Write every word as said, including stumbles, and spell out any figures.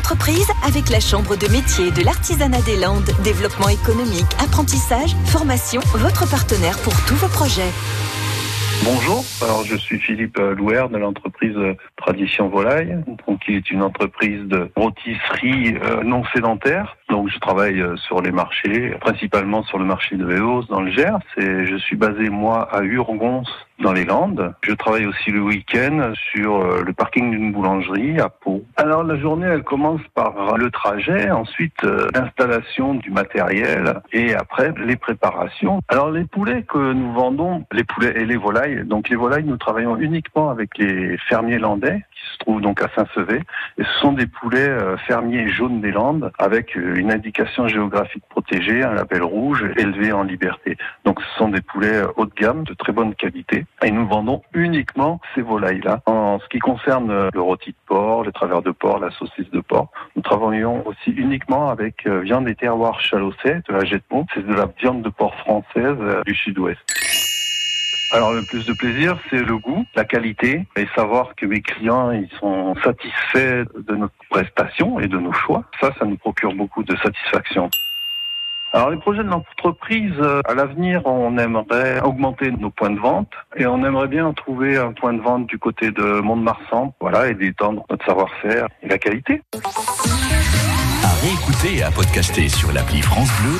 entreprise avec la Chambre de métier et de l'artisanat des Landes. Développement économique, apprentissage, formation, votre partenaire pour tous vos projets. Bonjour, alors je suis Philippe Louer de l'entreprise Tradition Volaille, donc qui est une entreprise de rôtisserie euh, non sédentaire. Donc je travaille sur les marchés, principalement sur le marché de Véos dans le Gers. Et je suis basé moi à Urgons dans les Landes. Je travaille aussi le week-end sur le parking d'une boulangerie à Pau. Alors la journée elle commence par le trajet, ensuite euh, l'installation du matériel et après les préparations. Alors les poulets que nous vendons, les poulets et les volailles, donc les volailles nous travaillons uniquement avec les fermiers landais qui se trouvent donc à Saint-Sevé. Et ce sont des poulets euh, fermiers jaunes des Landes avec euh, une indication géographique protégée, un label rouge, élevé en liberté. Donc ce sont des poulets haut de gamme, de très bonne qualité. Et nous vendons uniquement ces volailles-là. En ce qui concerne le rôti de porc, le travers de porc, la saucisse de porc, nous travaillons aussi uniquement avec viande des terroirs Chalosset, de la Jetmont. C'est de la viande de porc française du sud-ouest. Alors le plus de plaisir, c'est le goût, la qualité et savoir que mes clients ils sont satisfaits de notre prestation et de nos choix. Ça, ça nous procure beaucoup de satisfaction. Alors les projets de l'entreprise, à l'avenir, on aimerait augmenter nos points de vente et on aimerait bien trouver un point de vente du côté de Mont-de-Marsan, voilà, et d'étendre notre savoir-faire et la qualité. À réécouter et à podcaster sur l'appli France Bleu.